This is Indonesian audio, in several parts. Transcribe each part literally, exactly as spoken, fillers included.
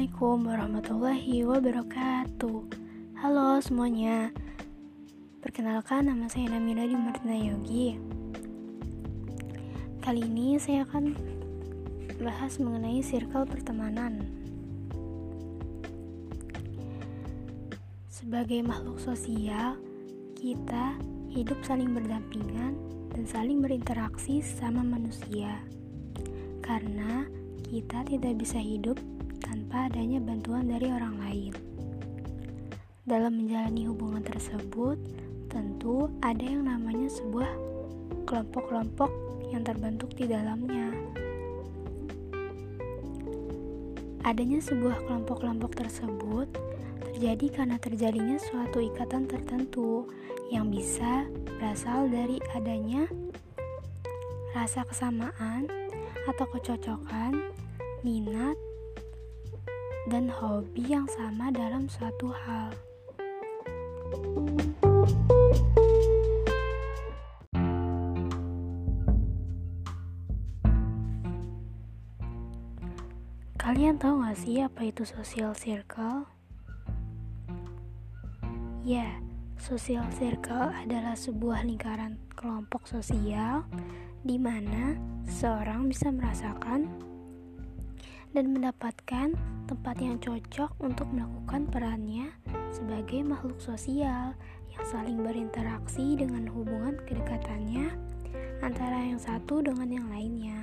Assalamualaikum warahmatullahi wabarakatuh. Halo semuanya. Perkenalkan, nama saya Namira Dimartina Yogi. Kali ini saya akan bahas mengenai circle pertemanan. Sebagai makhluk sosial, kita hidup saling berdampingan dan saling berinteraksi sama manusia. Karena kita tidak bisa hidup tanpa adanya bantuan dari orang lain. Dalam menjalani hubungan tersebut, tentu ada yang namanya sebuah kelompok-kelompok yang terbentuk di dalamnya. Adanya sebuah kelompok-kelompok tersebut terjadi karena terjadinya suatu ikatan tertentu yang bisa berasal dari adanya rasa kesamaan atau kecocokan, minat, dan hobi yang sama dalam suatu hal. Kalian tahu gak sih apa itu social circle? Ya, social circle adalah sebuah lingkaran kelompok sosial di mana seseorang bisa merasakan dan mendapatkan tempat yang cocok untuk melakukan perannya sebagai makhluk sosial yang saling berinteraksi dengan hubungan kedekatannya antara yang satu dengan yang lainnya.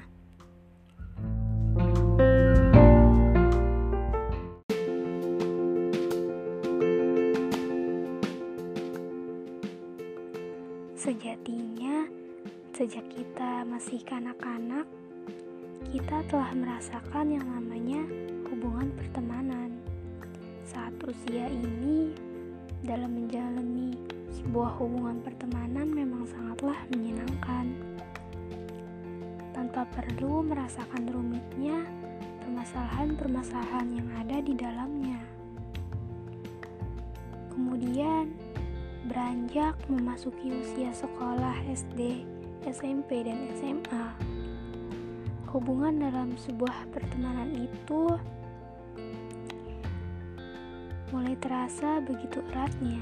Sejatinya, sejak kita masih kanak-kanak, kita telah merasakan yang namanya hubungan pertemanan. Saat usia ini, dalam menjalani sebuah hubungan pertemanan memang sangatlah menyenangkan. Tanpa perlu merasakan rumitnya permasalahan-permasalahan yang ada di dalamnya. Kemudian, beranjak memasuki usia sekolah S D, S M P, dan S M A. Hubungan dalam sebuah pertemanan itu mulai terasa begitu eratnya.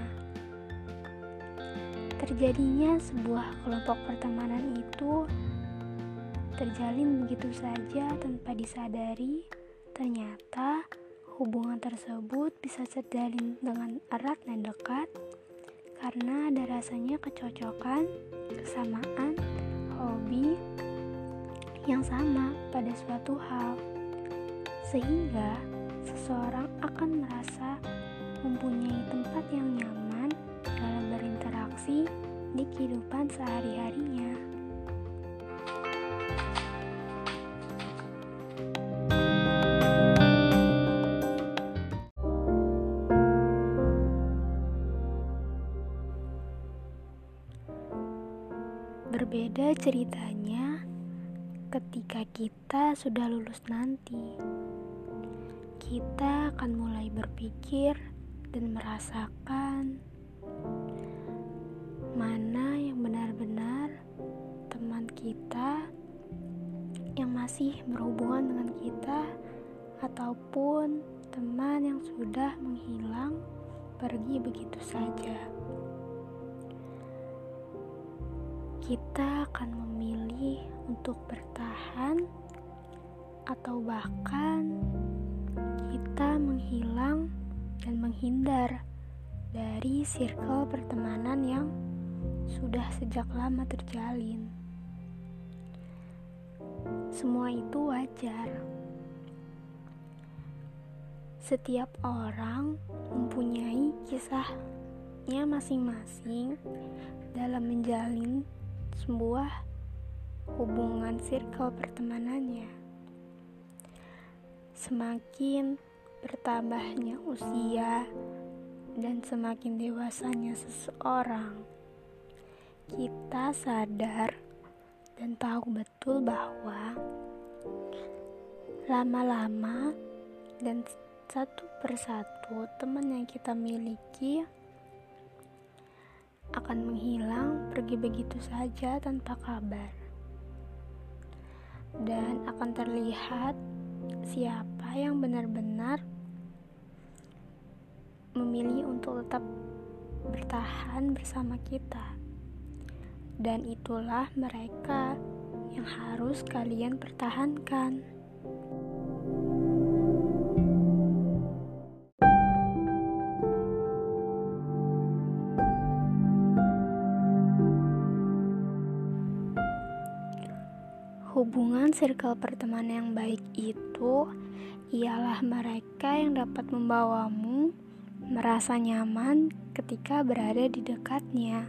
Terjadinya sebuah kelompok pertemanan itu terjalin begitu saja tanpa disadari. Ternyata hubungan tersebut bisa terjalin dengan erat dan dekat karena ada rasanya kecocokan, kesamaan, hobi yang sama pada suatu hal, sehingga seseorang akan merasa mempunyai tempat yang nyaman dalam berinteraksi di kehidupan sehari-harinya. Berbeda ceritanya ketika kita sudah lulus nanti. Kita akan mulai berpikir dan merasakan mana yang benar-benar teman kita yang masih berhubungan dengan kita ataupun teman yang sudah menghilang pergi begitu saja. Kita akan memilih untuk bertahan atau bahkan kita menghilang dan menghindar dari circle pertemanan yang sudah sejak lama terjalin. Semua itu wajar. Setiap orang mempunyai kisahnya masing-masing dalam menjalin sebuah hubungan circle pertemanannya. Semakin bertambahnya usia dan semakin dewasanya seseorang, kita sadar dan tahu betul bahwa lama-lama dan satu persatu teman yang kita miliki akan menghilang pergi begitu saja tanpa kabar. Dan akan terlihat siapa yang benar-benar memilih untuk tetap bertahan bersama kita. Dan itulah mereka yang harus kalian pertahankan. Hubungan circle pertemanan yang baik itu ialah mereka yang dapat membawamu merasa nyaman ketika berada di dekatnya.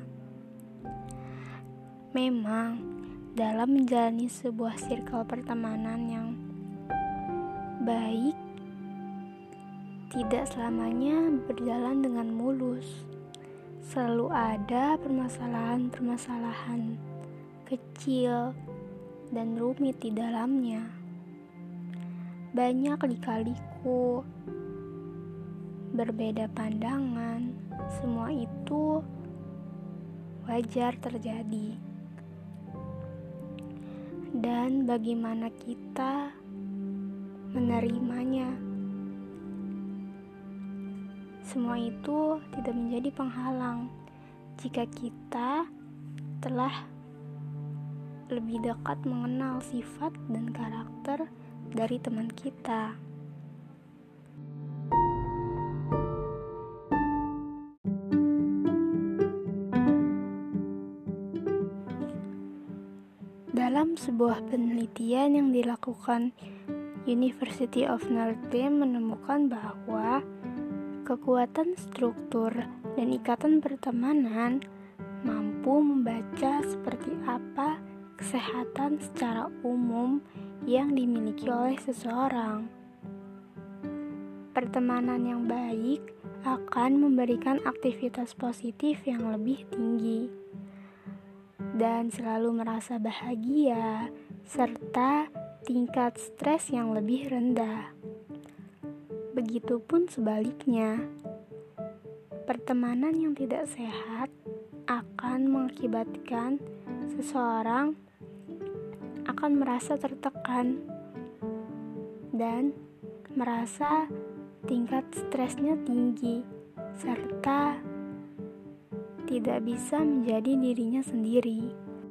Memang, dalam menjalani sebuah circle pertemanan yang baik, tidak selamanya berjalan dengan mulus. Selalu ada permasalahan-permasalahan kecil dan rumit di dalamnya. Banyak lika-liku, berbeda pandangan, semua itu wajar terjadi. Dan bagaimana kita menerimanya? Semua itu tidak menjadi penghalang jika kita telah lebih dekat mengenal sifat dan karakter dari teman kita. Dalam sebuah penelitian yang dilakukan University of Notre Dame menemukan bahwa kekuatan struktur dan ikatan pertemanan mampu membaca seperti apa kesehatan secara umum yang dimiliki oleh seseorang. Pertemanan yang baik akan memberikan aktivitas positif yang lebih tinggi dan selalu merasa bahagia serta tingkat stres yang lebih rendah. Begitupun sebaliknya, pertemanan yang tidak sehat akan mengakibatkan seseorang akan merasa tertekan dan merasa tingkat stresnya tinggi serta tidak bisa menjadi dirinya sendiri.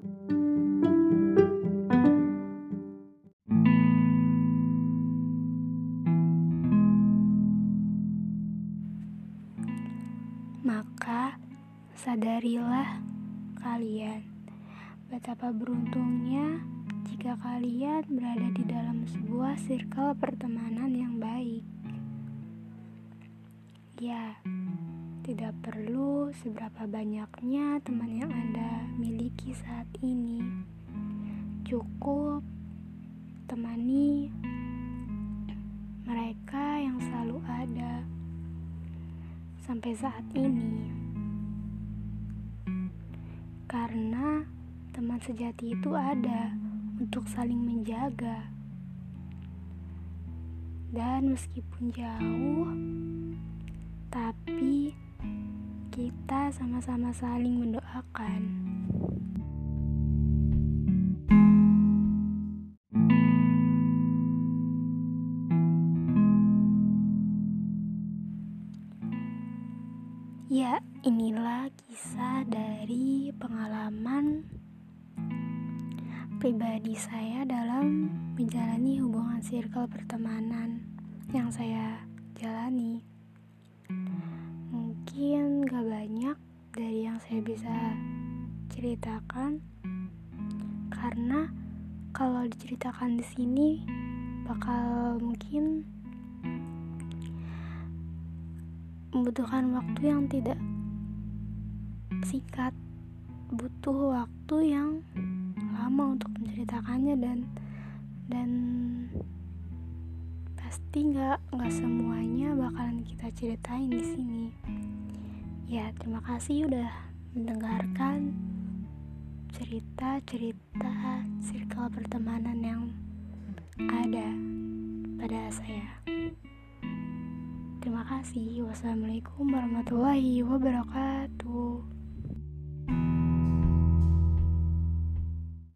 Maka sadarilah kalian betapa beruntungnya jika kalian berada di dalam sebuah circle pertemanan yang baik. Ya, tidak perlu seberapa banyaknya teman yang Anda miliki saat ini. Cukup temani mereka yang selalu ada sampai saat ini. Karena teman sejati itu ada untuk saling menjaga. Dan meskipun jauh, tapi kita sama-sama saling mendoakan. Ya, inilah kisah dari pengalaman pribadi saya dalam menjalani hubungan circle pertemanan yang saya jalani. Mungkin gak banyak dari yang saya bisa ceritakan, karena kalau diceritakan di sini bakal mungkin membutuhkan waktu yang tidak singkat, butuh waktu yang lama untuk menceritakannya dan dan pasti nggak nggak semuanya bakalan kita ceritain di sini. Ya, terima kasih udah mendengarkan cerita-cerita circle pertemanan yang ada pada saya. Terima kasih. Wassalamualaikum warahmatullahi wabarakatuh.